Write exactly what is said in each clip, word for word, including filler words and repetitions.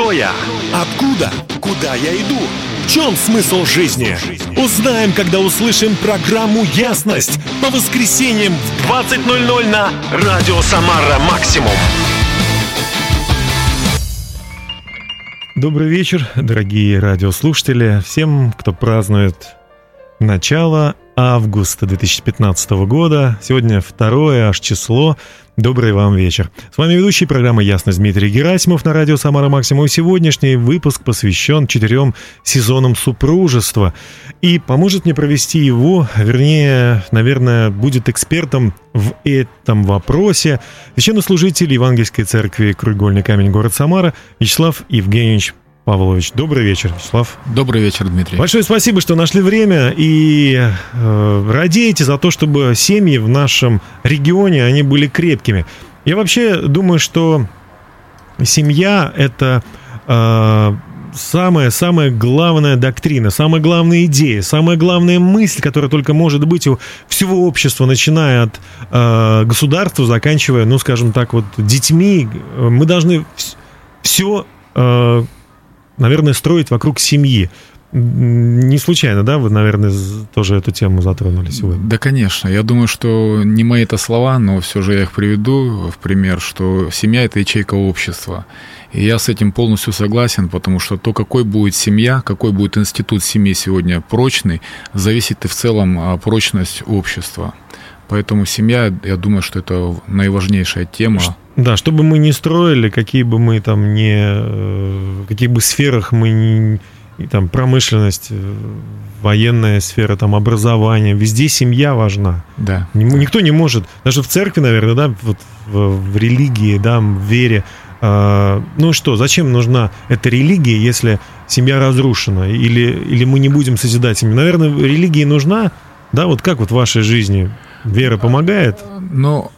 Кто я? Откуда? Куда я иду? В чем смысл жизни? Узнаем, когда услышим программу «Ясность» по воскресеньям в двадцать ноль ноль на Радио Самара Максимум. Добрый вечер, дорогие радиослушатели. Всем, кто празднует начало августа две тысячи пятнадцатого года. Сегодня второе аж число. Добрый вам вечер. С вами ведущий программы «Ясность» Дмитрий Герасимов на радио «Самара Максимум». Сегодняшний выпуск посвящен четырем сезонам супружества. И поможет мне провести его, вернее, наверное, будет экспертом в этом вопросе священнослужитель Евангельской церкви «Краеугольный камень», город Самара, Вячеслав Евгеньевич Павлович. Добрый вечер, Вячеслав. Добрый вечер, Дмитрий. Большое спасибо, что нашли время и э, радеете за то, чтобы семьи в нашем регионе, они были крепкими. Я вообще думаю, что семья – это э, самая-самая главная доктрина, самая главная идея, самая главная мысль, которая только может быть у всего общества, начиная от э, государства, заканчивая, ну, скажем так, вот детьми. Мы должны все... Э, наверное, строить вокруг семьи. Не случайно, да, вы, наверное, тоже эту тему затронули сегодня? Да, конечно. Я думаю, что не мои это слова, но все же я их приведу в пример, что семья – это ячейка общества. И я с этим полностью согласен, потому что то, какой будет семья, какой будет институт семьи сегодня прочный, зависит и в целом прочность общества. Поэтому семья, я думаю, что это наиважнейшая тема. Да, что бы мы ни строили, какие бы мы там не, в каких бы сферах мы ни, там промышленность, военная сфера, там образование, везде семья важна. Да. Никто не может, даже в церкви, наверное, да, вот в, в религии, да, в вере. Э, ну что, зачем нужна эта религия, если семья разрушена, или, или мы не будем созидать семью? Наверное, религия нужна, да, вот как вот в вашей жизни вера помогает? Ну,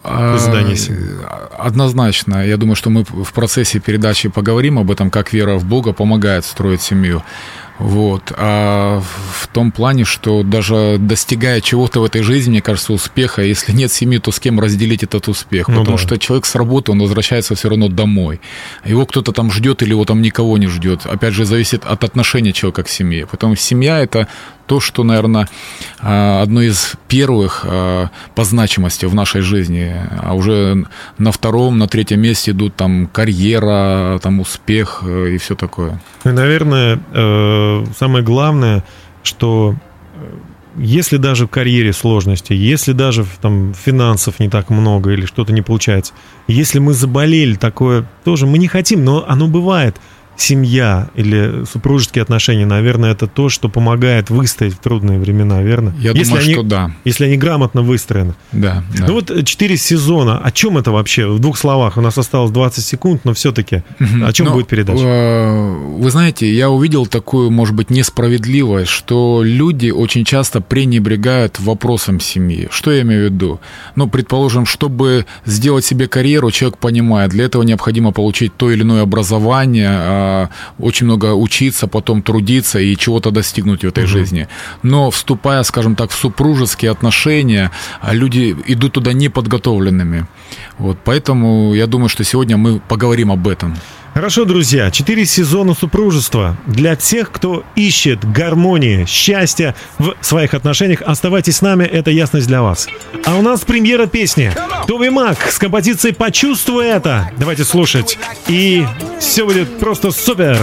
однозначно. Я думаю, что мы в процессе передачи поговорим об этом, как вера в Бога помогает строить семью. Вот. А в том плане, что даже достигая чего-то в этой жизни, мне кажется, успеха, если нет семьи, то с кем разделить этот успех? Ну, потому да. что человек с работы, он возвращается все равно домой. Его кто-то там ждет или его там никого не ждет. Опять же, зависит от отношения человека к семье. Поэтому семья – это то, что, наверное, одно из первых по значимости в нашей жизни. А уже на втором, на третьем месте идут там карьера, там успех и все такое. И, наверное, самое главное, что если даже в карьере сложности, если даже там финансов не так много или что-то не получается, если мы заболели, такое тоже мы не хотим, но оно бывает. Семья или супружеские отношения, наверное, это то, что помогает выстоять в трудные времена, верно? Я если думаю, они, что да. Если они грамотно выстроены. Да, да. Ну вот четыре сезона. О чем это вообще? В двух словах. У нас осталось двадцать секунд, но все-таки угу. О чем но, будет передача? Вы знаете, я увидел такую, может быть, несправедливость, что люди очень часто пренебрегают вопросом семьи. Что я имею в виду? Ну, предположим, чтобы сделать себе карьеру, человек понимает, для этого необходимо получить то или иное образование, очень много учиться, потом трудиться и чего-то достигнуть в этой uh-huh. жизни. Но вступая, скажем так, в супружеские отношения, люди идут туда неподготовленными. Вот, поэтому я думаю, что сегодня мы поговорим об этом. Хорошо, друзья, четыре сезона супружества для тех, кто ищет гармонии, счастья в своих отношениях. Оставайтесь с нами, это ясность для вас. А у нас премьера песни Тоби Мак с композицией «Почувствуй это». Давайте слушать, и все будет просто супер.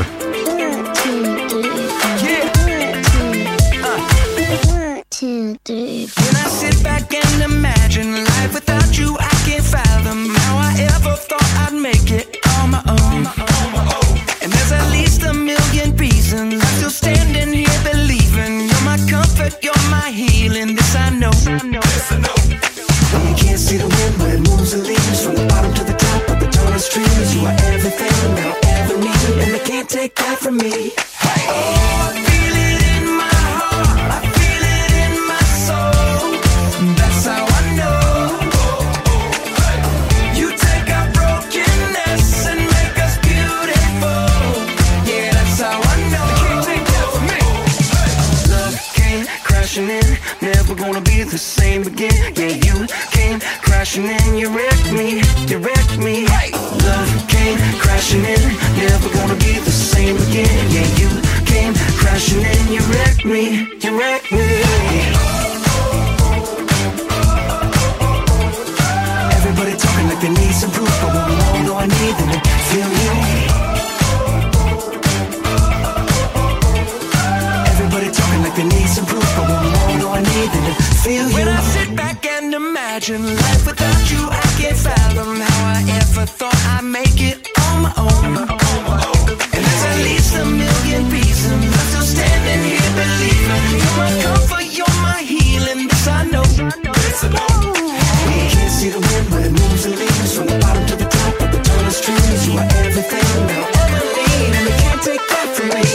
And there's at least a million reasons I'm still standing here believing you're my comfort, you're my healing. This I know. This I know. You can't see the wind, but it moves the leaves from the bottom to the top of the tallest trees. You are everything that I'll ever need, and they can't take that from me. Hey. Oh, I feel it in my heart, I feel it in my soul. That's how I know. In, never gonna be the same again. Yeah, you came crashing in, you wrecked me, you wrecked me. Love came came crashing in, never gonna be the same again. Yeah, you came crashing in, you wrecked me, you wrecked me. Everybody talking like they need some proof, but one more do I need than to feel you. Everybody talking like they need some proof, but one more do I need than to feel you. When I sit back and imagine life without you, I can't fathom how I ever thought I'd make it on my own. And there's at least a million reasons I'm still standing here believing you're my comfort, you're my healing. This I know, this I know. We can't see the wind, but it moves the leaves from the bottom to the top of the tallest trees. You are everything that I'll ever need, and they can't take that from me.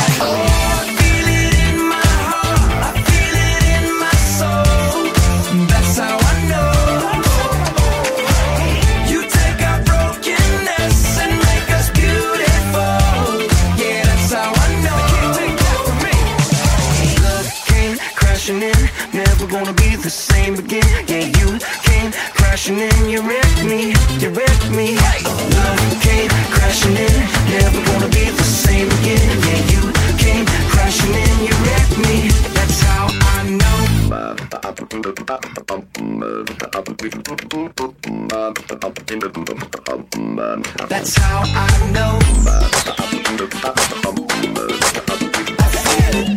Gonna be the same again. Yeah, you came crashing in, you wrecked me, you wrecked me. Love came crashing in, never gonna be the same again. Yeah, you came crashing in, you wrecked me. That's how I know. That's how I know. I feel it.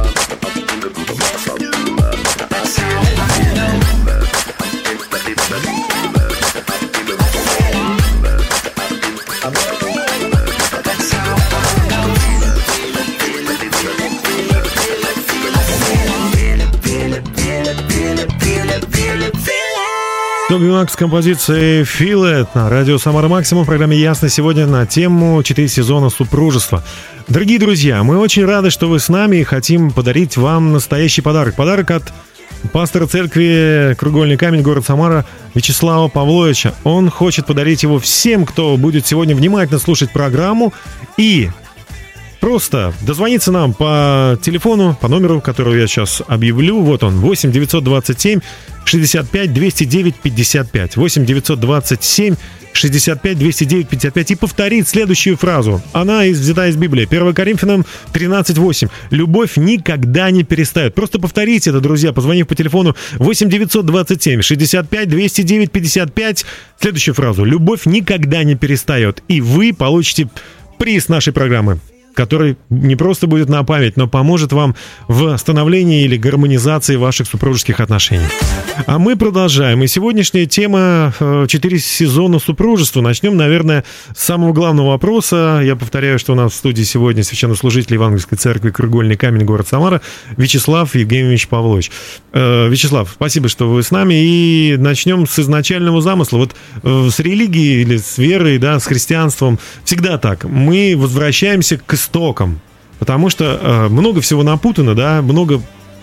Тоби Макс с композицией Feel It на радио Самара Максимум в программе «Ясно» сегодня на тему четыре сезона супружества. Дорогие друзья, мы очень рады, что вы с нами, и хотим подарить вам настоящий подарок. Подарок от пастора церкви «Краеугольный камень», город Самара, Вячеслава Павловича. Он хочет подарить его всем, кто будет сегодня внимательно слушать программу и просто дозвониться нам по телефону, по номеру, который я сейчас объявлю. Вот он, восемь девятьсот двадцать семь шестьдесят пять двести девять пятьдесят пять. восемь девятьсот двадцать семь шестьдесят пять двести девять пятьдесят пять. И повторить следующую фразу. Она из, взята из Библии. первое Коринфянам тринадцать восемь. Любовь никогда не перестает. Просто повторите это, друзья, позвонив по телефону восемь девятьсот двадцать семь шестьдесят пять двести девять пятьдесят пять. Следующую фразу. Любовь никогда не перестает. И вы получите приз нашей программы, который не просто будет на память, но поможет вам в становлении или гармонизации ваших супружеских отношений. А мы продолжаем. И сегодняшняя тема четыре сезона супружества. Начнем, наверное, с самого главного вопроса. Я повторяю, что у нас в студии сегодня священнослужитель Евангельской церкви «Краеугольный камень», город Самара, Вячеслав Евгеньевич Павлович. Вячеслав, спасибо, что вы с нами. И начнем с изначального замысла. Вот с религией или с верой, да, с христианством всегда так. Мы возвращаемся к истокам, потому что э, много всего напутано, да, много,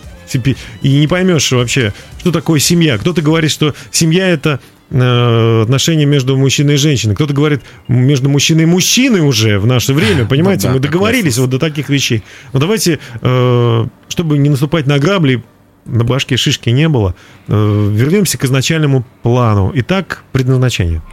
и не поймешь вообще, что такое семья. Кто-то говорит, что семья — это э, отношения между мужчиной и женщиной. Кто-то говорит, между мужчиной и мужчиной уже в наше время, понимаете, мы договорились вот до таких вещей. Но давайте, э, чтобы не наступать на грабли, на башке шишки не было, э, вернемся к изначальному плану. Итак, предназначение.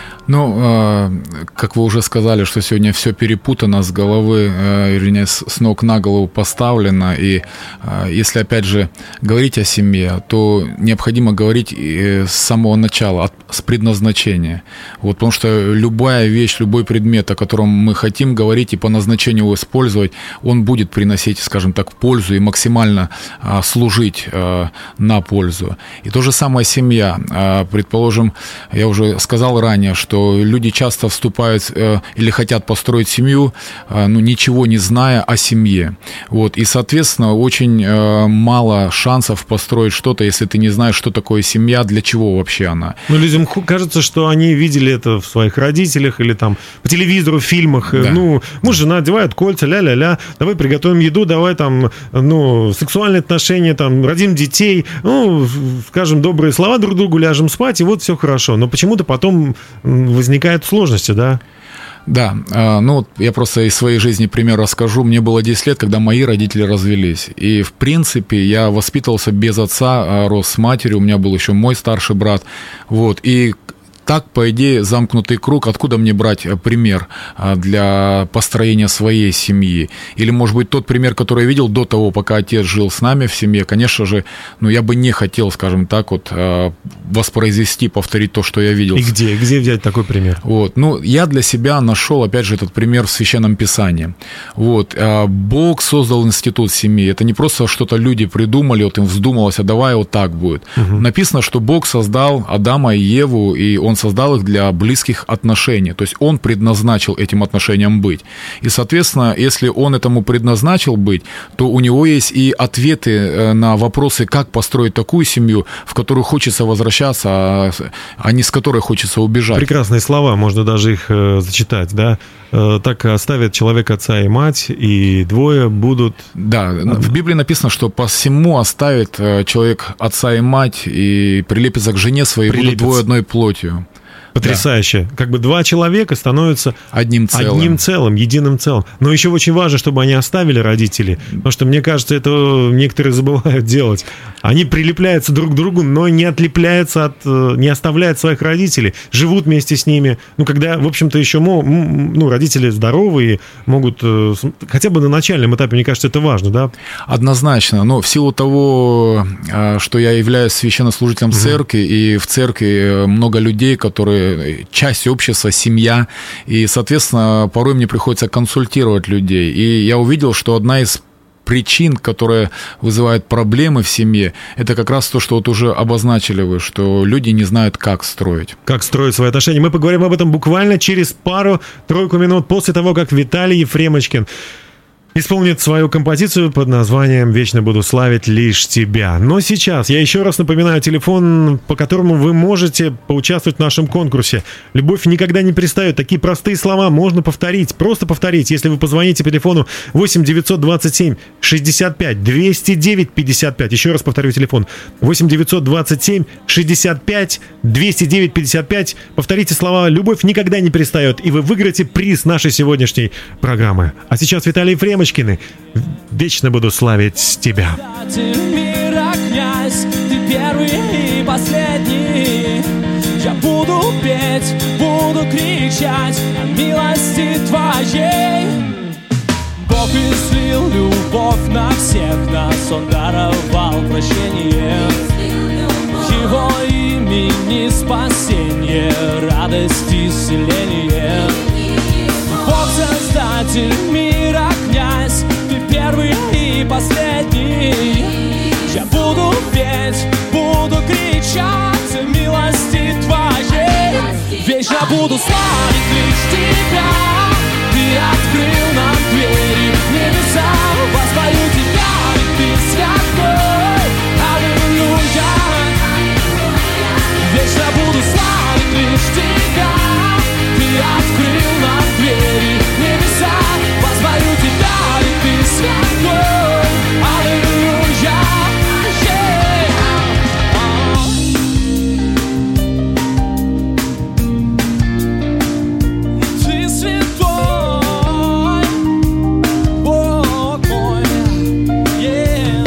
Ну, как вы уже сказали, что сегодня все перепутано с головы, вернее, с ног на голову поставлено. И если, опять же, говорить о семье, то необходимо говорить с самого начала, с предназначения. Вот, потому что любая вещь, любой предмет, о котором мы хотим говорить и по назначению его использовать, он будет приносить, скажем так, пользу и максимально служить на пользу. И то же самое семья. Предположим, я уже сказал ранее, что что люди часто вступают э, или хотят построить семью, э, ну, ничего не зная о семье. Вот. И, соответственно, очень э, мало шансов построить что-то, если ты не знаешь, что такое семья, для чего вообще она. Ну, людям кажется, что они видели это в своих родителях или там по телевизору, в фильмах. Да. Ну, муж, жена одевают кольца, ля-ля-ля, давай приготовим еду, давай там, ну, сексуальные отношения, там, родим детей, ну, скажем добрые слова друг другу, ляжем спать, и вот все хорошо. Но почему-то потом возникают сложности, да? Да, ну я просто из своей жизни пример расскажу. Мне было десять лет, когда мои родители развелись. И, в принципе, я воспитывался без отца, рос с матерью. У меня был еще мой старший брат. Вот. И так, по идее, замкнутый круг. Откуда мне брать пример для построения своей семьи? Или, может быть, тот пример, который я видел до того, пока отец жил с нами в семье, конечно же, ну, я бы не хотел, скажем так, вот, воспроизвести, повторить то, что я видел. И где? Где взять такой пример? Вот. Ну, я для себя нашел, опять же, этот пример в Священном Писании. Вот. Бог создал институт семьи. Это не просто что-то люди придумали, вот им вздумалось, а давай вот так будет. Угу. Написано, что Бог создал Адама и Еву, и Он создал их для близких отношений. То есть Он предназначил этим отношениям быть. И, соответственно, если Он этому предназначил быть, то у Него есть и ответы на вопросы, как построить такую семью, в которую хочется возвращаться, а не с которой хочется убежать. Прекрасные слова, можно даже их э, зачитать, да? Э, так оставят человек отца и мать, и двое будут... Да, в Библии написано, что посему оставит человек отца и мать, и прилепится к жене своей, и будут двое одной плотью. Потрясающе. Да. Как бы два человека становятся одним целым. одним целым, единым целым. Но еще очень важно, чтобы они оставили родителей. Потому что, мне кажется, это некоторые забывают делать. Они прилепляются друг к другу, но не отлепляются от... не оставляют своих родителей. Живут вместе с ними. Ну, когда, в общем-то, еще ну, родители здоровые, могут... Хотя бы на начальном этапе, мне кажется, это важно, да? Однозначно. Но в силу того, что я являюсь священнослужителем угу. церкви, и в церкви много людей, которые часть общества, семья, и, соответственно, порой мне приходится консультировать людей. И я увидел, что одна из причин, которая вызывает проблемы в семье, это как раз то, что вот уже обозначили вы, что люди не знают, как строить. Как строить свои отношения. Мы поговорим об этом буквально через пару-тройку минут после того, как Виталий Ефремочкин исполнит свою композицию под названием «Вечно буду славить лишь тебя». Но сейчас я еще раз напоминаю телефон, по которому вы можете поучаствовать в нашем конкурсе. «Любовь никогда не перестает». Такие простые слова можно повторить, просто повторить, если вы позвоните по телефону восемь девятьсот двадцать семь шестьдесят пять двести девять пятьдесят пять. Еще раз повторю телефон восемь девятьсот двадцать семь шестьдесят пять двести девять пятьдесят пять. Повторите слова «Любовь никогда не перестает», и вы выиграете приз нашей сегодняшней программы. А сейчас Виталий Ефремович «Вечно буду славить тебя». Ты мира князь, ты первый и последний. Я буду петь, буду кричать о милости твоей. Бог излил любовь на всех нас, Он даровал прощение. Его имени спасение, радость, исцеление. Бог создатель мира, князь, ты первый и последний. Я буду петь, буду кричать о милости твоей. Вечно буду славить лишь тебя. Ты открыл нам двери в небеса. Воспою тебя, ведь ты святой. Аллилуйя. Вечно буду славить лишь тебя. Ты открыл нам двери в небеса. Воспою тебя, ведь ты святой. Аллилуйя. Ты святой, Бог мой. Yeah.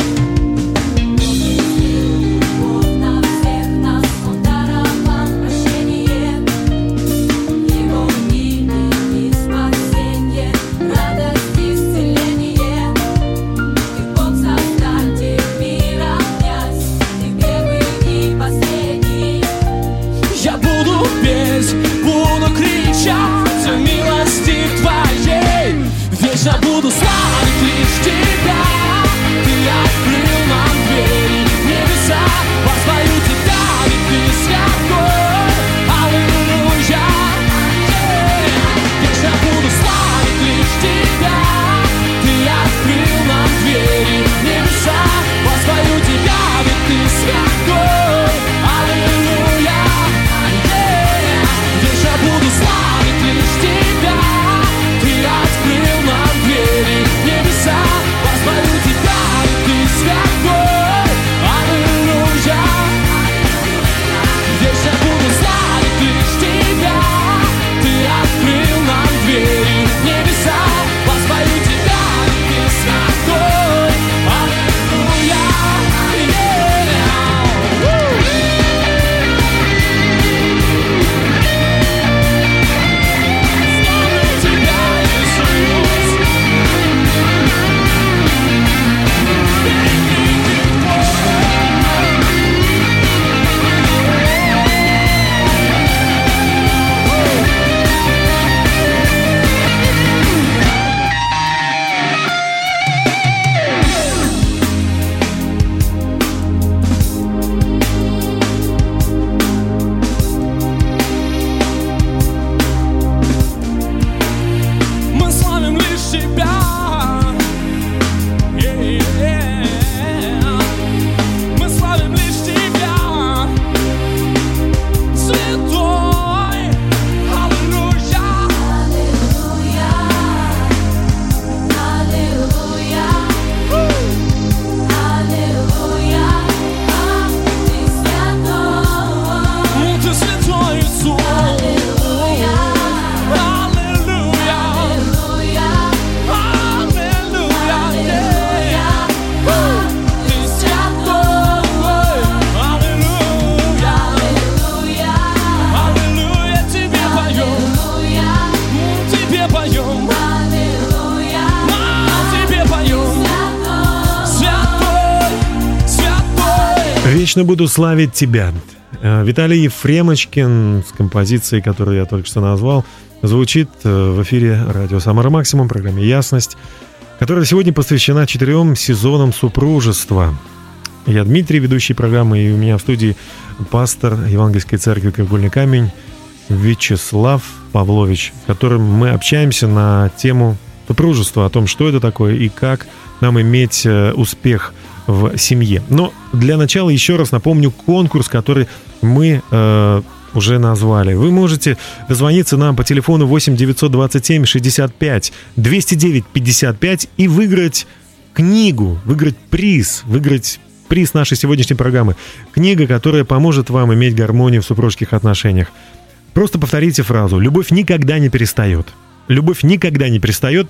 «Вечно буду славить тебя». Виталий Ефремочкин с композицией, которую я только что назвал, звучит в эфире радио «Самара Максимум», программе «Ясность», которая сегодня посвящена четырем сезонам супружества. Я Дмитрий, ведущий программы, и у меня в студии пастор Евангельской церкви «Краеугольный камень» Вячеслав Павлович, с которым мы общаемся на тему супружества, о том, что это такое и как нам иметь успех в семье. Но для начала еще раз напомню конкурс, который мы э, уже назвали. Вы можете дозвониться нам по телефону восемь девятьсот двадцать семь шестьдесят пять двести девять пятьдесят пять и выиграть книгу, выиграть приз, выиграть приз нашей сегодняшней программы. Книга, которая поможет вам иметь гармонию в супружеских отношениях. Просто повторите фразу: «Любовь никогда не перестает». Любовь никогда не перестает.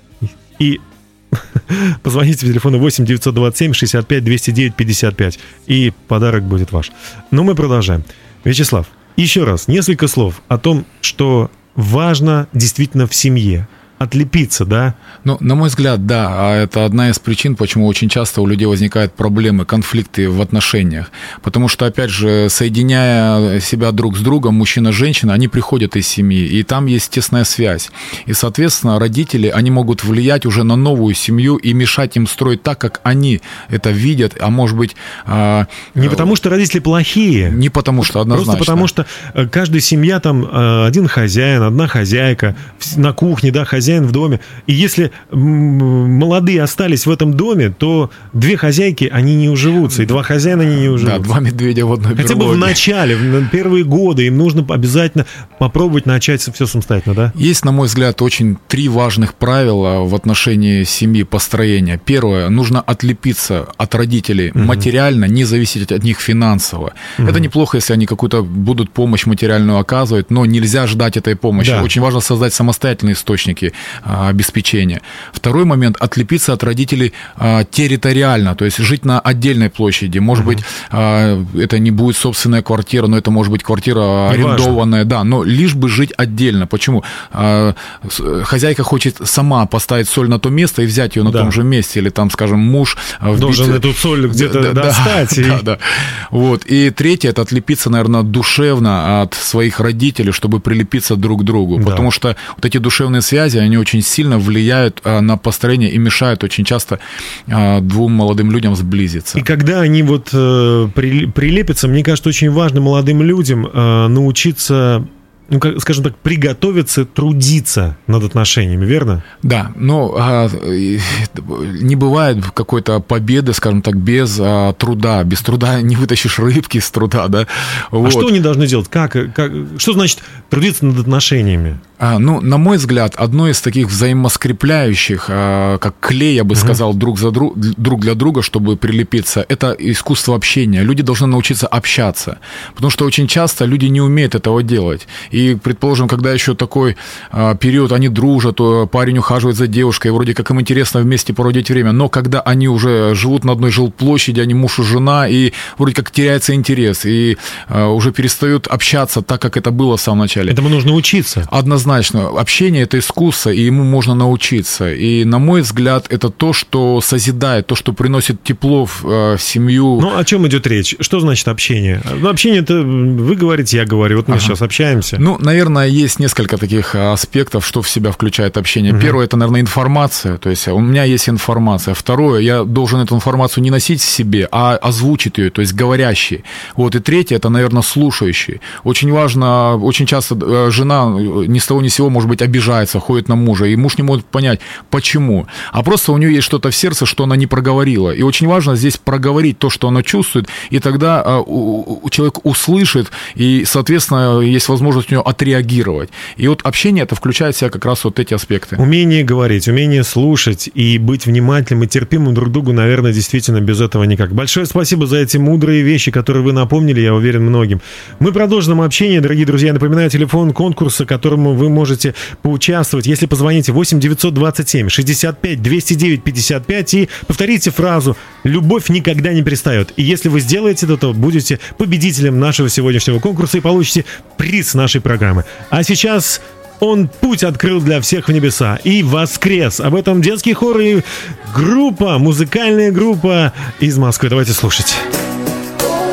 И позвоните по телефону восемь девятьсот двадцать семь шестьдесят пять двести девять пятьдесят пять, и подарок будет ваш. Но мы продолжаем. Вячеслав, еще раз, несколько слов о том, что важно действительно в семье. Отлепиться, да? Ну, на мой взгляд, да. Это одна из причин, почему очень часто у людей возникают проблемы, конфликты в отношениях. Потому что, опять же, соединяя себя друг с другом, мужчина и женщина, они приходят из семьи, и там есть тесная связь. И, соответственно, родители, они могут влиять уже на новую семью и мешать им строить так, как они это видят, а может быть... Не потому что родители плохие. Не потому что, однозначно. Просто потому что каждая семья, там один хозяин, одна хозяйка, на кухне, да, хозяин в доме. И если молодые остались в этом доме, то две хозяйки, они не уживутся, и два хозяина, они не уживутся. Да, два медведя в одной берлоге. Хотя бы в начале, в первые годы им нужно обязательно попробовать начать все самостоятельно, да? Есть, на мой взгляд, очень три важных правила в отношении семьи, построения. Первое, нужно отлепиться от родителей угу. материально, не зависеть от них финансово. Угу. Это неплохо, если они какую-то будут помощь материальную оказывать, но нельзя ждать этой помощи. Да. Очень важно создать самостоятельные источники обеспечения. Второй момент – отлепиться от родителей а, территориально, то есть жить на отдельной площади. Может uh-huh. быть, а, это не будет собственная квартира, но это может быть квартира арендованная, да, но лишь бы жить отдельно. Почему? А, хозяйка хочет сама поставить соль на то место и взять ее на да. том же месте, или там, скажем, муж вбить... должен эту соль где-то да, достать. Да, и... да, да. Вот. И третье – это отлепиться, наверное, душевно от своих родителей, чтобы прилепиться друг к другу, да. потому что вот эти душевные связи, они очень сильно влияют а, на построение и мешают очень часто а, двум молодым людям сблизиться. И когда они вот э, при, прилепятся, мне кажется, очень важно молодым людям э, научиться, ну, как, скажем так, приготовиться, трудиться над отношениями, верно? Да, но а, не бывает какой-то победы, скажем так, без а, труда. Без труда не вытащишь рыбки из труда, да? Вот. А что они должны делать? Как, как, что значит трудиться над отношениями? А, ну, на мой взгляд, одно из таких взаимоскрепляющих, а, как клей, я бы uh-huh. сказал, друг, за друг, друг для друга, чтобы прилепиться, это искусство общения. Люди должны научиться общаться, потому что очень часто люди не умеют этого делать. И, предположим, когда еще такой а, период, они дружат, то парень ухаживает за девушкой, вроде как им интересно вместе проводить время, но когда они уже живут на одной жилплощади, они муж и жена, и вроде как теряется интерес, и а, уже перестают общаться так, как это было в самом начале. Этому нужно учиться. Однозначно. Общение – это искусство, и ему можно научиться. И, на мой взгляд, это то, что созидает, то, что приносит тепло в, в семью. Ну, о чем идет речь? Что значит общение? Ну, общение – это вы говорите, я говорю. Вот мы ага. сейчас общаемся. Ну, наверное, есть несколько таких аспектов, что в себя включает общение. Угу. Первое – это, наверное, информация. То есть у меня есть информация. Второе – я должен эту информацию не носить в себе, а озвучить ее, то есть говорящий. Вот. И третье – это, наверное, слушающий. Очень важно, очень часто жена ни с того ни с сего, может быть, обижается, ходит на мужа, и муж не может понять, почему. А просто у нее есть что-то в сердце, что она не проговорила. И очень важно здесь проговорить то, что она чувствует, и тогда а, у, у, человек услышит, и, соответственно, есть возможность у него отреагировать. И вот общение это включает в себя как раз вот эти аспекты. Умение говорить, умение слушать и быть внимательным и терпимым друг к другу, наверное, действительно без этого никак. Большое спасибо за эти мудрые вещи, которые вы напомнили, я уверен, многим. Мы продолжим общение, дорогие друзья. Напоминаю, телефон конкурса, которому вы можете поучаствовать, если позвоните восемь девятьсот двадцать семь шестьдесят пять двести девять пятьдесят пять и повторите фразу «Любовь никогда не перестает». И если вы сделаете это, то будете победителем нашего сегодняшнего конкурса и получите приз нашей программы. А сейчас он путь открыл для всех в небеса и воскрес. Об этом детский хор и группа, музыкальная группа из Москвы. Давайте слушать.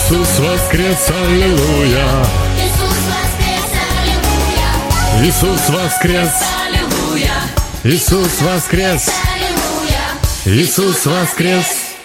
Иисус воскрес, аллилуйя. Иисус воскрес, аллилуйя. Иисус воскрес, аллилуйя. Иисус воскрес.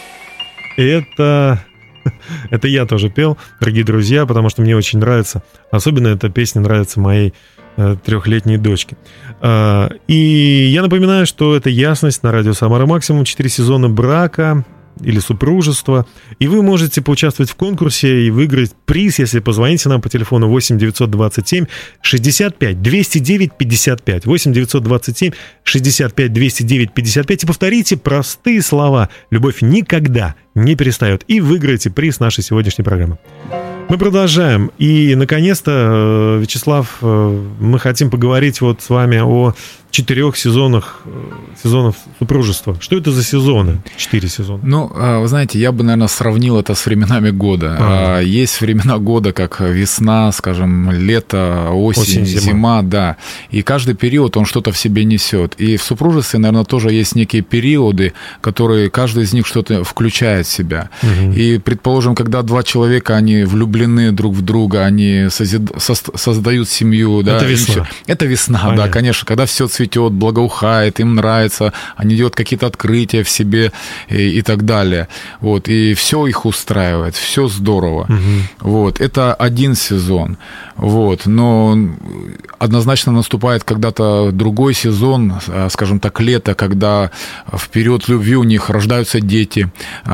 Это... Это я тоже пел, дорогие друзья, потому что мне очень нравится. Особенно эта песня нравится моей э, трехлетней дочке. Э, и я напоминаю, что это «Ясность» на радио «Самара Максимум». Четыре сезона брака или супружества. И вы можете поучаствовать в конкурсе и выиграть приз, если позвоните нам по телефону восемь девятьсот двадцать семь шестьдесят пять двести девять пятьдесят пять. восемь девятьсот двадцать семь шестьдесят пять двести девять пятьдесят пять. И повторите простые слова «Любовь никогда не перестает». И выиграете приз нашей сегодняшней программы. Мы продолжаем. И, наконец-то, Вячеслав, мы хотим поговорить вот с вами о четырех сезонах, сезонов супружества. Что это за сезоны? Четыре сезона. Ну, вы знаете, я бы, наверное, сравнил это с временами года. А. Есть времена года, как весна, скажем, лето, осень, осень зима. зима, да. И каждый период, он что-то в себе несет. И в супружестве, наверное, тоже есть некие периоды, которые каждый из них что-то включает в себя. Угу. И, предположим, когда два человека, они влюблены друг в друга, они созид... создают семью. Это да, весна. Это весна, Понятно. Да, конечно. Когда все цветет, благоухает, им нравится, они делают какие-то открытия в себе и, и так далее. Вот. И все их устраивает, все здорово. Угу. Вот. Это один сезон. Вот. Но однозначно наступает когда-то другой сезон, скажем так, лето, когда в период любви у них рождаются дети,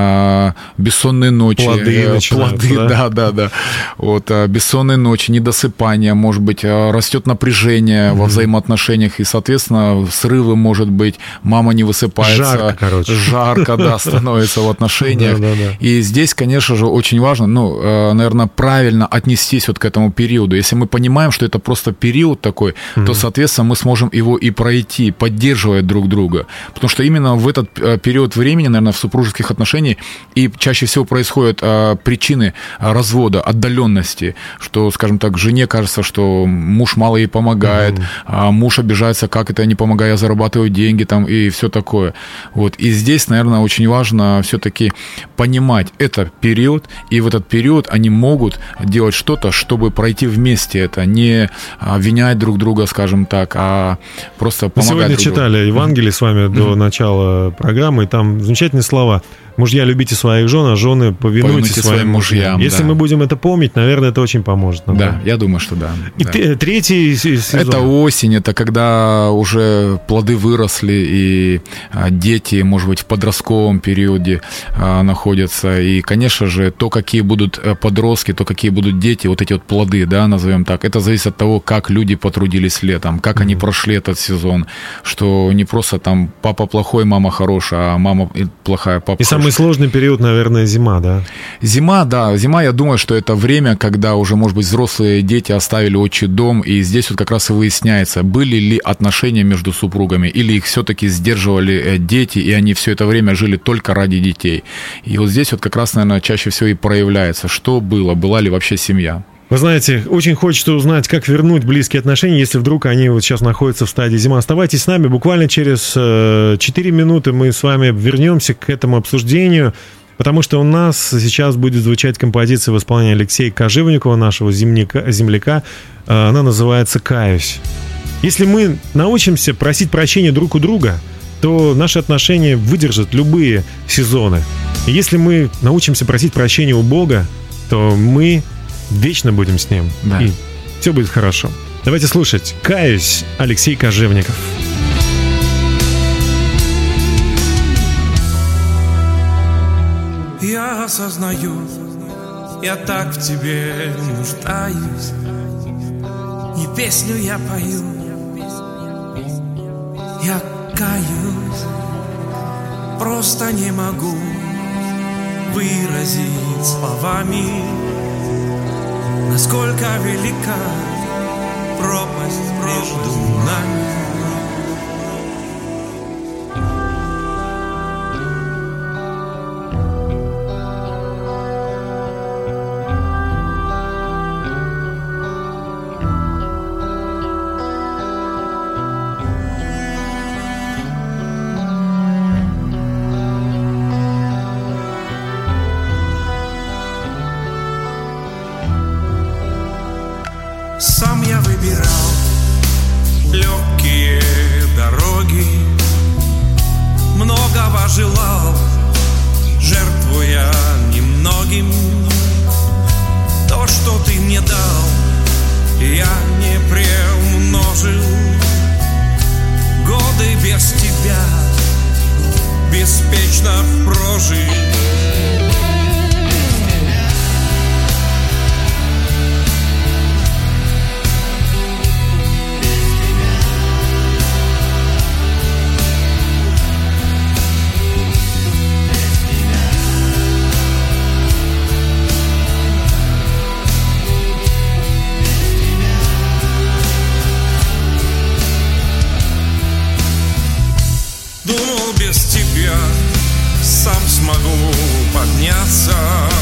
бессонные ночи. Плоды Плоды, да? да, да, да. Вот. Бессонные ночи, недосыпание, может быть, растет напряжение угу. во взаимоотношениях, и, соответственно, срывы, может быть, мама не высыпается. Жарко, короче. Жарко, да, становится в отношениях. Да, да, да. И здесь, конечно же, очень важно, ну, наверное, правильно отнестись вот к этому периоду. Если мы понимаем, что это просто период такой, mm-hmm. то, соответственно, мы сможем его и пройти, поддерживая друг друга. Потому что именно в этот период времени, наверное, в супружеских отношениях и чаще всего происходят а, причины развода, отдаленности, что, скажем так, жене кажется, что муж мало ей помогает, mm-hmm. а муж обижается, как это я не помогаю, я зарабатываю деньги там и все такое. Вот. И здесь, наверное, очень важно все-таки понимать, это период, и в этот период они могут делать что-то, чтобы пройти вместе это, не обвинять друг друга, скажем так, а просто помогать Мы сегодня друг читали другу. Евангелие с вами до mm-hmm. начала программы, и там замечательные слова. Мужья, любите своих жен, а жены повинуйтесь, повинуйтесь своим мужьям. мужьям. Если да. мы будем это помнить, наверное, это очень поможет нам. Да, я думаю, что да. И да. т- третий сезон. Это осень, это когда уже плоды выросли, и дети, может быть, в подростковом периоде находятся. И, конечно же, то, какие будут подростки, то, какие будут дети, вот эти вот плоды, да, назовем так, это зависит от того, как люди потрудились летом, как mm-hmm. они прошли этот сезон, что не просто там папа плохой, мама хорошая, а мама плохая, папа И хороший. самый сложный период, наверное, зима, да? Зима, да. Зима, я думаю, что это время, когда уже, может быть, взрослые дети оставили отчий дом, и здесь вот как раз и выясняется, были ли отношения между супругами, или их все-таки сдерживали дети, и они все это время жили только ради детей. И вот здесь вот как раз, наверное, чаще всего и проявляется, что было, была ли вообще семья. Вы знаете, очень хочется узнать, как вернуть близкие отношения, если вдруг они вот сейчас находятся в стадии зима. Оставайтесь с нами, буквально через четыре минуты мы с вами вернемся к этому обсуждению, потому что у нас сейчас будет звучать композиция в исполнении Алексея Кожевникова, нашего земляка, земляка. Она называется «Каюсь». Если мы научимся просить прощения друг у друга, то наши отношения выдержат любые сезоны. И если мы научимся просить прощения у Бога, то мы вечно будем с Ним. Да. И все будет хорошо. Давайте слушать «Каюсь», Алексей Кожевников. Я осознаю, я так в тебе нуждаюсь, и песню я пою, я каюсь, просто не могу выразить словами, насколько велика пропасть между нами. желал, жертвуя немногим. То, что ты мне дал, я не приумножил. Годы без тебя беспечно прожил. Думал, без тебя сам смогу подняться.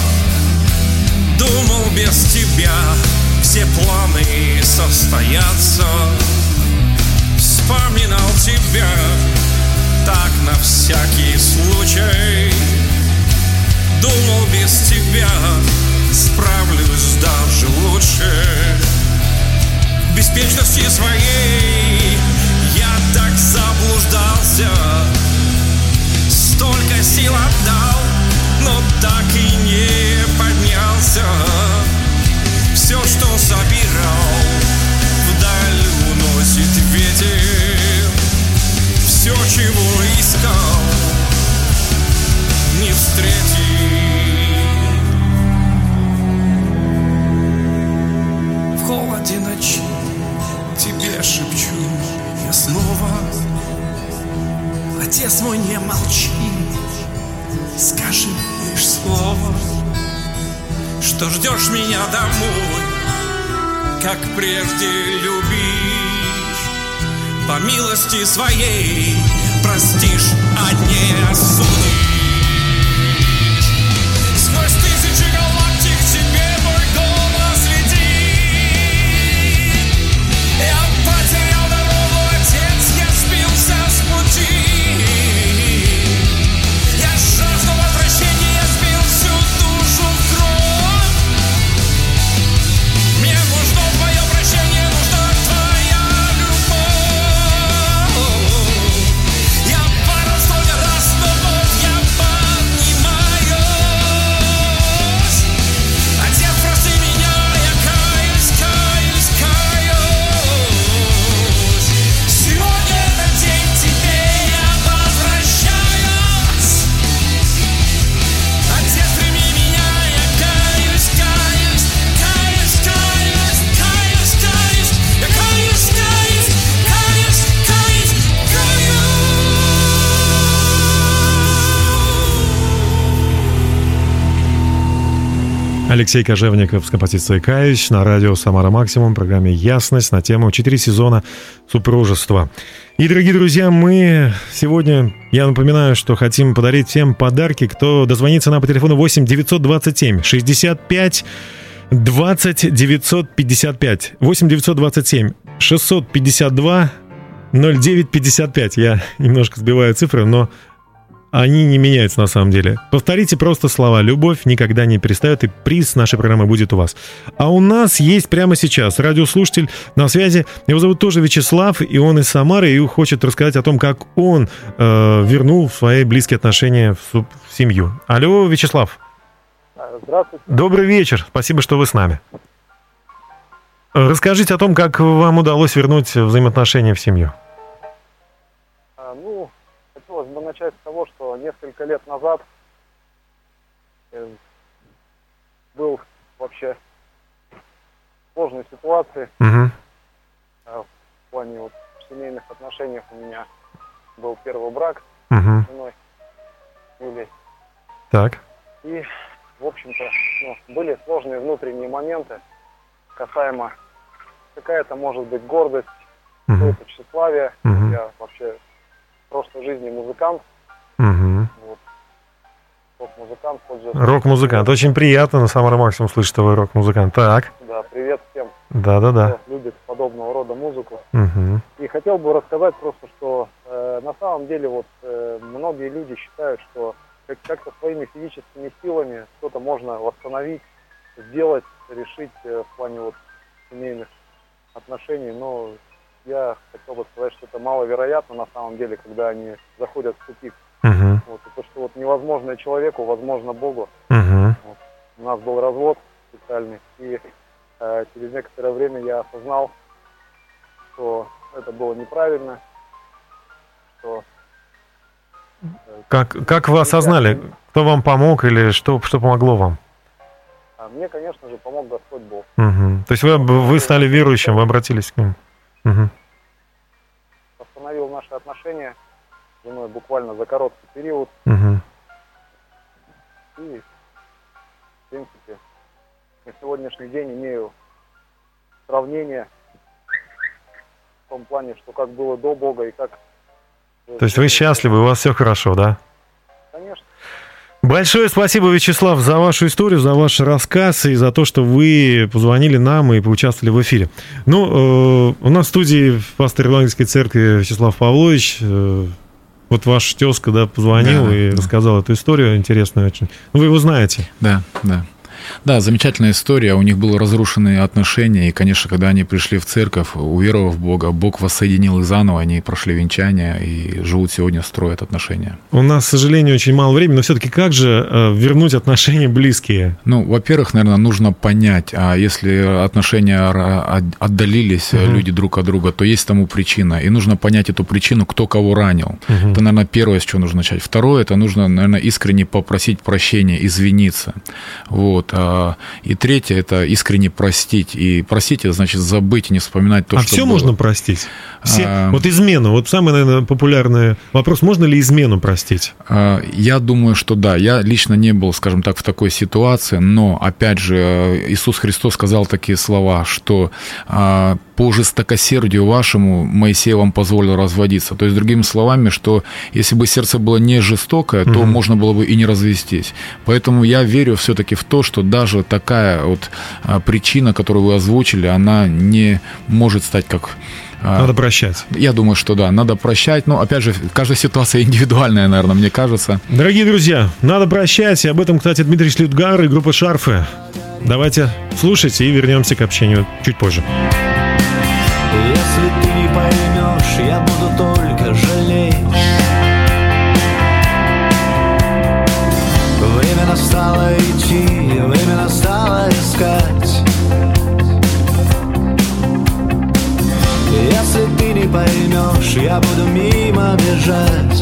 Думал, без тебя все планы состоятся. Вспоминал тебя так на всякий случай. Думал, без тебя справлюсь даже лучше. В беспечности своей я так заблуждался. Столько сил отдал, но так и не поднялся. Все, что забирал, вдаль уносит ветер. Все, чего искал, не встретил. В холоде ночи тебе шепчу я снова: отец мой, не молчи, скажи лишь слово, что ждешь меня домой, как прежде любишь. По милости своей простишь, а не осудишь. Сквозь тысячи галактик тебе мой голос летит. Я потерял дорогу, отец, я сбился с пути. Я жажду возвращения, я сбил всю душу в кровь. Мне нужно твое прощение, нужна твоя любовь. Я падал столько раз, но вот я поднимаюсь. Отец, прости меня, я каюсь, каюсь, каюсь. Сегодня этот день, тебе я возвращаюсь. Отец, прими меня, я каюсь, каюсь, каюсь, каюсь, каюсь, каюсь. Я каюсь, каюсь, каюсь, каюсь, каюсь. Алексей Кожевников с композицией «Каюсь» на радио «Самара Максимум» в программе «Ясность» на тему «Четыре сезона супружества». И, дорогие друзья, мы сегодня, я напоминаю, что хотим подарить всем подарки, кто дозвонится нам по телефону восемь девятьсот двадцать семь шестьдесят пять двадцать девятьсот пятьдесят пять. восемь девятьсот двадцать семь шестьсот пятьдесят два ноль девять пятьдесят пять. Я немножко сбиваю цифры, но они не меняются на самом деле. Повторите просто слова «Любовь никогда не перестает», и приз нашей программы будет у вас. А у нас есть прямо сейчас радиослушатель на связи. Его зовут тоже Вячеслав, и он из Самары, и хочет рассказать о том, как он э, вернул свои близкие отношения в, су- в семью. Алло, Вячеслав. Здравствуйте. Добрый вечер. Спасибо, что вы с нами. Расскажите о том, как вам удалось вернуть взаимоотношения в семью. А, ну, хотелось бы начать с того, что несколько лет назад э, был вообще в сложной ситуации. Угу. А, в плане вот семейных отношениях у меня был первый брак Угу. с женой Юлей. Так. И, в общем-то, ну, были сложные внутренние моменты касаемо какая-то, может быть, гордость, Угу. какое-то тщеславие. Мгм. Я вообще в прошлой жизни музыкант. Угу. Вот. Рок-музыкант, пользуюсь. Рок-музыкант. Очень приятно на Самара Максимум слышать, что вы рок-музыкант. Так. Да, привет всем, Да-да-да. кто любит подобного рода музыку. Угу. И хотел бы рассказать просто, что э, на самом деле вот э, многие люди считают, что как- как-то своими физическими силами что-то можно восстановить, сделать, решить э, в плане вот семейных отношений, но я хотел бы сказать, что это маловероятно на самом деле, когда они заходят в тупик. Мгм. Вот, и то, что вот невозможное человеку, возможно Богу. Мгм. У нас был развод специальный, и э, через некоторое время я осознал, что это было неправильно, что э, Как, как вы осознали, кто вам помог или что, что помогло вам? а мне, конечно же, помог Господь Бог. Мгм. То есть вы, вы стали верующим, вы обратились к нему. Мгм. Восстановил наши отношения с женой буквально за короткий период, Мгм. и, в принципе, на сегодняшний день имею сравнение в том плане, что как было до Бога и как... То есть вы счастливы, у вас все хорошо, да? Конечно. Большое спасибо, Вячеслав, за вашу историю, за ваш рассказ и за то, что вы позвонили нам и поучаствовали в эфире. Ну, э, у нас в студии пастор Евангельской церкви Вячеслав Павлович. Э, вот ваш тезка, да, позвонил Да, и да. рассказал эту историю интересную очень. Вы его знаете. Да, да. Да, замечательная история. У них были разрушенные отношения, и, конечно, когда они пришли в церковь, уверовав в Бога, Бог воссоединил их заново, они прошли венчание и живут сегодня, строят отношения. У нас, к сожалению, очень мало времени, но все-таки как же э, вернуть отношения близкие? Ну, во-первых, наверное, нужно понять, а если отношения ра- отдалились, Мгм. люди друг от друга, то есть тому причина. И нужно понять эту причину, кто кого ранил. Мгм. Это, наверное, первое, с чего нужно начать. Второе, это нужно, наверное, искренне попросить прощения, извиниться. Вот. а, И третье, это искренне простить. И простить, это значит забыть и не вспоминать то, а что все было. можно простить? Все... А- Вот измену, вот самый, наверное, популярный вопрос, можно ли измену простить? А, Я думаю, что да. Я лично не был, скажем так, в такой ситуации, но, опять же, Иисус Христос сказал такие слова, что а, по жестокосердию вашему Моисей вам позволил разводиться. То есть, другими словами, что если бы сердце было не жестокое, то Мгм. можно было бы и не развестись. Поэтому я верю все-таки в то, что даже такая вот а, причина, которую вы озвучили, она не может стать как... а, Надо прощать. Я думаю, что да, надо прощать. Но, опять же, каждая ситуация индивидуальная, наверное, мне кажется. Дорогие друзья, надо прощать. И об этом, кстати, Дмитрий Шлютгар и группа «Шарфы». Давайте слушайте и вернемся к общению чуть позже. Если ты не поймешь, я буду только жалеть. Время настало идти, время настало искать. Если ты не поймешь, я буду мимо бежать.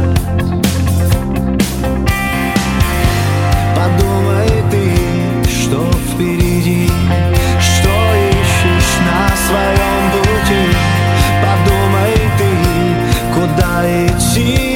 Подумай ты, что впереди, что ищешь на своем пути. Подумай ты, куда идти.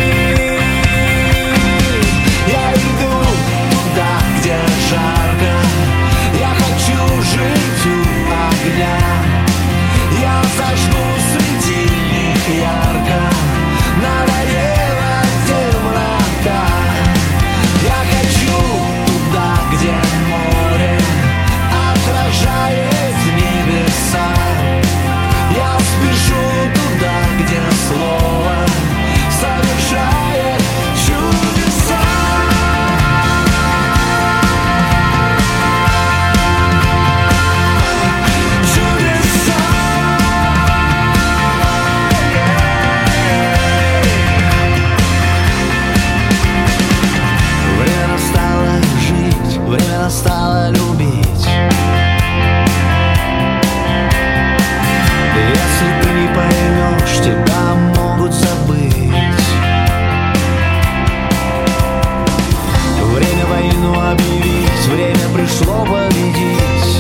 Я иду туда, где жарко. Я хочу жить у огня. Я зажгу светильник ярко. Надоела темнота. Я хочу туда, где море отражает небеса. Я спешу туда, где слово совершает чудеса. Чудеса. Время настало жить, время настало любить. Если ты не поймешь, тебя могут забыть. Время войну объявить, время пришло победить.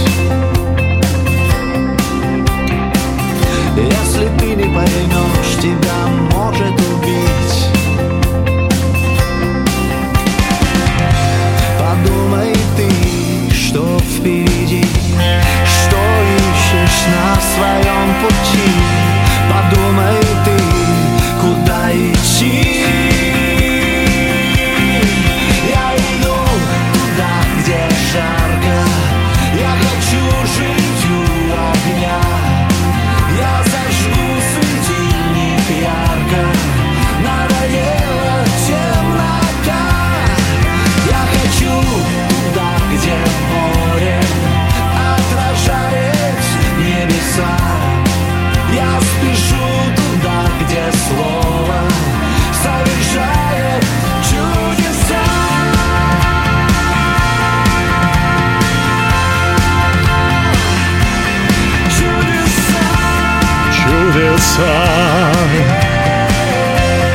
Если ты не поймешь, тебя может убить. Подумай ты, что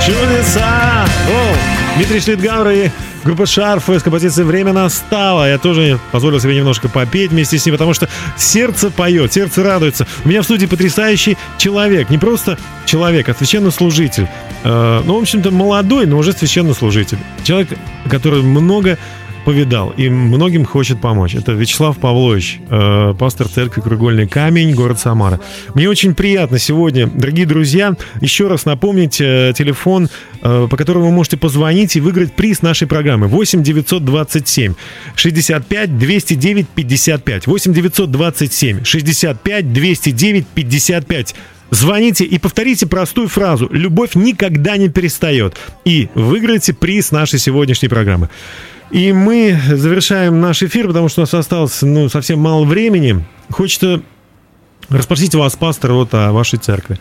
Чудеса! О, Дмитрий Шлитгауэр и группа «Шарф» с композицией «Время настало». Я тоже позволил себе немножко попеть вместе с ним, потому что сердце поет, сердце радуется. У меня в студии потрясающий человек. Не просто человек, а священнослужитель. Э, ну, в общем-то, молодой, но уже священнослужитель. Человек, который много повидал и многим хочет помочь. Это Вячеслав Павлович, э, пастор церкви «Краеугольный камень», город Самара. Мне очень приятно сегодня, дорогие друзья, еще раз напомнить э, телефон, э, по которому вы можете позвонить и выиграть приз нашей программы. восемь девятьсот двадцать семь шестьдесят пять двести девять пятьдесят пять. восемь девятьсот двадцать семь шестьдесят пять двести девять пятьдесят пять. Звоните и повторите простую фразу «Любовь никогда не перестает». И выиграете приз нашей сегодняшней программы. И мы завершаем наш эфир, потому что у нас осталось ну, совсем мало времени. Хочется расспросить вас, пастор, вот о вашей церкви.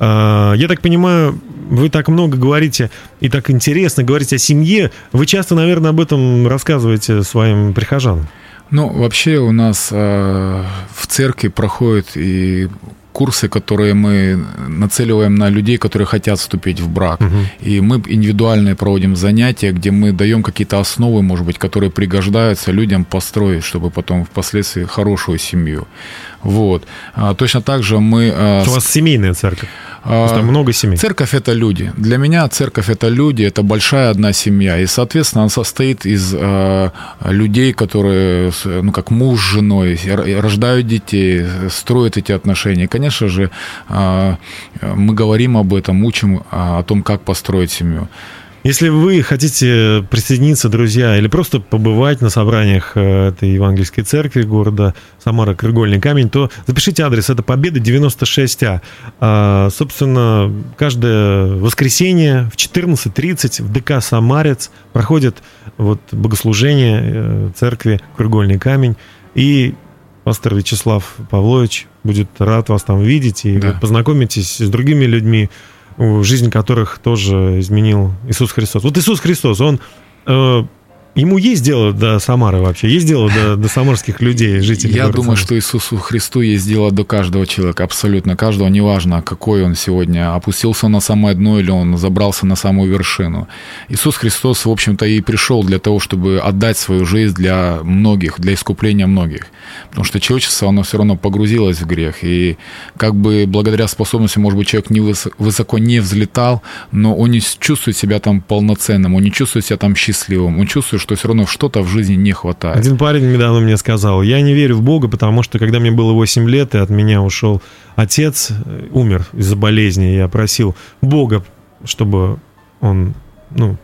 Я так понимаю, вы так много говорите и так интересно говорите о семье. Вы часто, наверное, об этом рассказываете своим прихожанам. Ну, вообще у нас э, в церкви проходят и курсы, которые мы нацеливаем на людей, которые хотят вступить в брак. Угу. И мы индивидуальные проводим занятия, где мы даем какие-то основы, может быть, которые пригождаются людям построить, чтобы потом впоследствии хорошую семью. Вот. А, точно так же мы... У вас семейная церковь? А, там много семей. Церковь – это люди. Для меня церковь – это люди, это большая одна семья. И, соответственно, она состоит из а, людей, которые, ну, как муж с женой, рождают детей, строят эти отношения. И, конечно же, а, мы говорим об этом, учим а, о том, как построить семью. Если вы хотите присоединиться, друзья, или просто побывать на собраниях этой евангельской церкви города Самара, Краеугольный камень, то запишите адрес. Это Победа девяносто шесть А. а. Собственно, каждое воскресенье в четырнадцать тридцать в ДК «Самарец» проходит вот богослужение церкви Краеугольный камень. И пастор Вячеслав Павлович будет рад вас там видеть, и да. Вы познакомитесь с другими людьми, жизнь которых тоже изменил Иисус Христос. Вот Иисус Христос, он, э, ему есть дело до Самары вообще? Есть дело до, до самарских людей, жителей? Я думаю, Самары? Что Иисусу Христу есть дело до каждого человека, абсолютно каждого, неважно, какой он сегодня, опустился на самое дно или он забрался на самую вершину. Иисус Христос, в общем-то, и пришел для того, чтобы отдать свою жизнь для многих, для искупления многих. Потому что человечество, оно все равно погрузилось в грех. И как бы благодаря способности, может быть, человек не высоко не взлетал, но он не чувствует себя там полноценным, он не чувствует себя там счастливым, он чувствует, что все равно что-то в жизни не хватает. Один парень недавно мне сказал: я не верю в Бога, потому что когда мне было восемь лет, и от меня ушел отец, умер из-за болезни, я просил Бога, чтобы он, ну,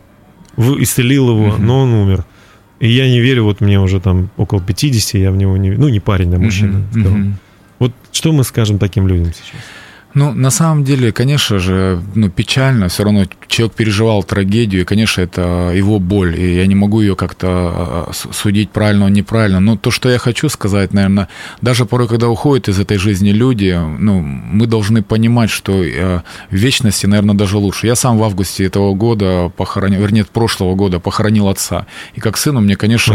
исцелил его, uh-huh. но он умер. И я не верю, вот мне уже там около пятидесяти, я в него не верю. Ну, не парень, а мужчина. Uh-huh. Uh-huh. Вот что мы скажем таким людям сейчас? Ну, на самом деле, конечно же, ну, печально, все равно человек переживал трагедию, и, конечно, это его боль, и я не могу ее как-то судить правильно, неправильно, но то, что я хочу сказать, наверное, даже порой, когда уходят из этой жизни люди, ну, мы должны понимать, что в вечности, наверное, даже лучше. Я сам в августе этого года похоронил, вернее, прошлого года похоронил отца, и как сыну мне, конечно,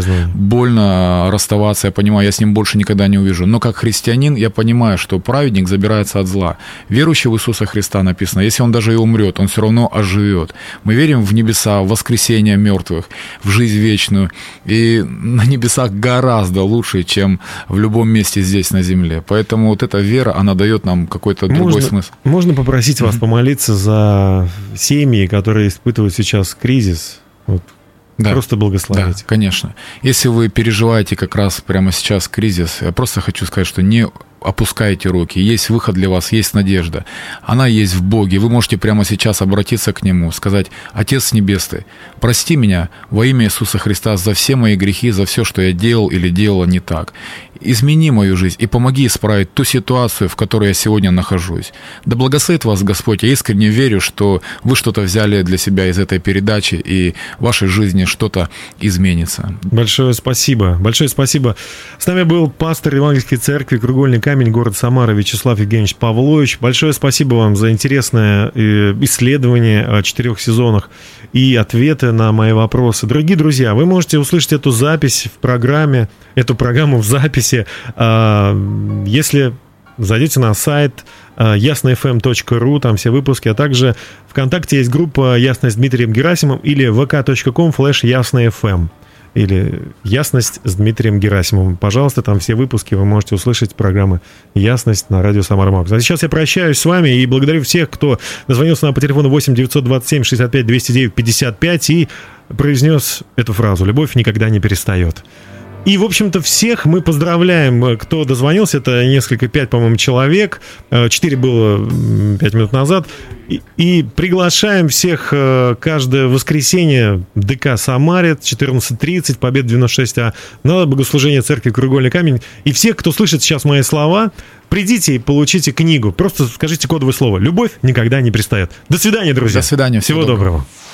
больно расставаться, я понимаю, я с ним больше никогда не увижу, но как христианин я понимаю, что праведник забирается от зла. Верующий в Иисуса Христа написано, если он даже и умрет, он все равно оживет. Мы верим в небеса, в воскресение мертвых, в жизнь вечную. И на небесах гораздо лучше, чем в любом месте здесь на земле. Поэтому вот эта вера, она дает нам какой-то можно, другой смысл. Можно попросить вас mm-hmm. помолиться за семьи, которые испытывают сейчас кризис? Вот. Да. Просто благословить. Да, конечно. Если вы переживаете как раз прямо сейчас кризис, я просто хочу сказать, что не опускайте руки, есть выход для вас, есть надежда. Она есть в Боге. Вы можете прямо сейчас обратиться к Нему, сказать: Отец Небесный, прости меня во имя Иисуса Христа за все мои грехи, за все, что я делал или делала не так. Измени мою жизнь и помоги исправить ту ситуацию, в которой я сегодня нахожусь. Да благословит вас Господь. Я искренне верю, что вы что-то взяли для себя из этой передачи, и в вашей жизни что-то изменится. Большое спасибо. Большое спасибо. С нами был пастор Евангельской церкви «Краеугольный камень», город Самара, Вячеслав Евгеньевич Павлович. Большое спасибо вам за интересное исследование о четырех сезонах и ответы на мои вопросы. Дорогие друзья, вы можете услышать эту запись в программе, эту программу в записи, если зайдете на сайт ясно эф эм точка ру, там все выпуски, а также ВКонтакте есть группа «Ясность» с Дмитрием Герасимовым или вэ ка точка ком слэш ясно эф эм. Или «Ясность» с Дмитрием Герасимовым. Пожалуйста, там все выпуски вы можете услышать программы «Ясность» на радио Самара Макс. А сейчас я прощаюсь с вами и благодарю всех, кто дозвонился нам по телефону восемь девятьсот двадцать семь шестьдесят пять двести девять пятьдесят пять и произнес эту фразу «Любовь никогда не перестает». И, в общем-то, всех мы поздравляем, кто дозвонился. Это несколько, пять, по-моему, человек. Четыре было пять минут назад. И, и приглашаем всех каждое воскресенье в ДК «Самаре», четырнадцать тридцать, Победа девяносто шесть А, на богослужение церкви «Краеугольный камень». И всех, кто слышит сейчас мои слова, придите и получите книгу. Просто скажите кодовое слово «Любовь никогда не перестает». До свидания, друзья. До свидания. Всего, Всего доброго. доброго.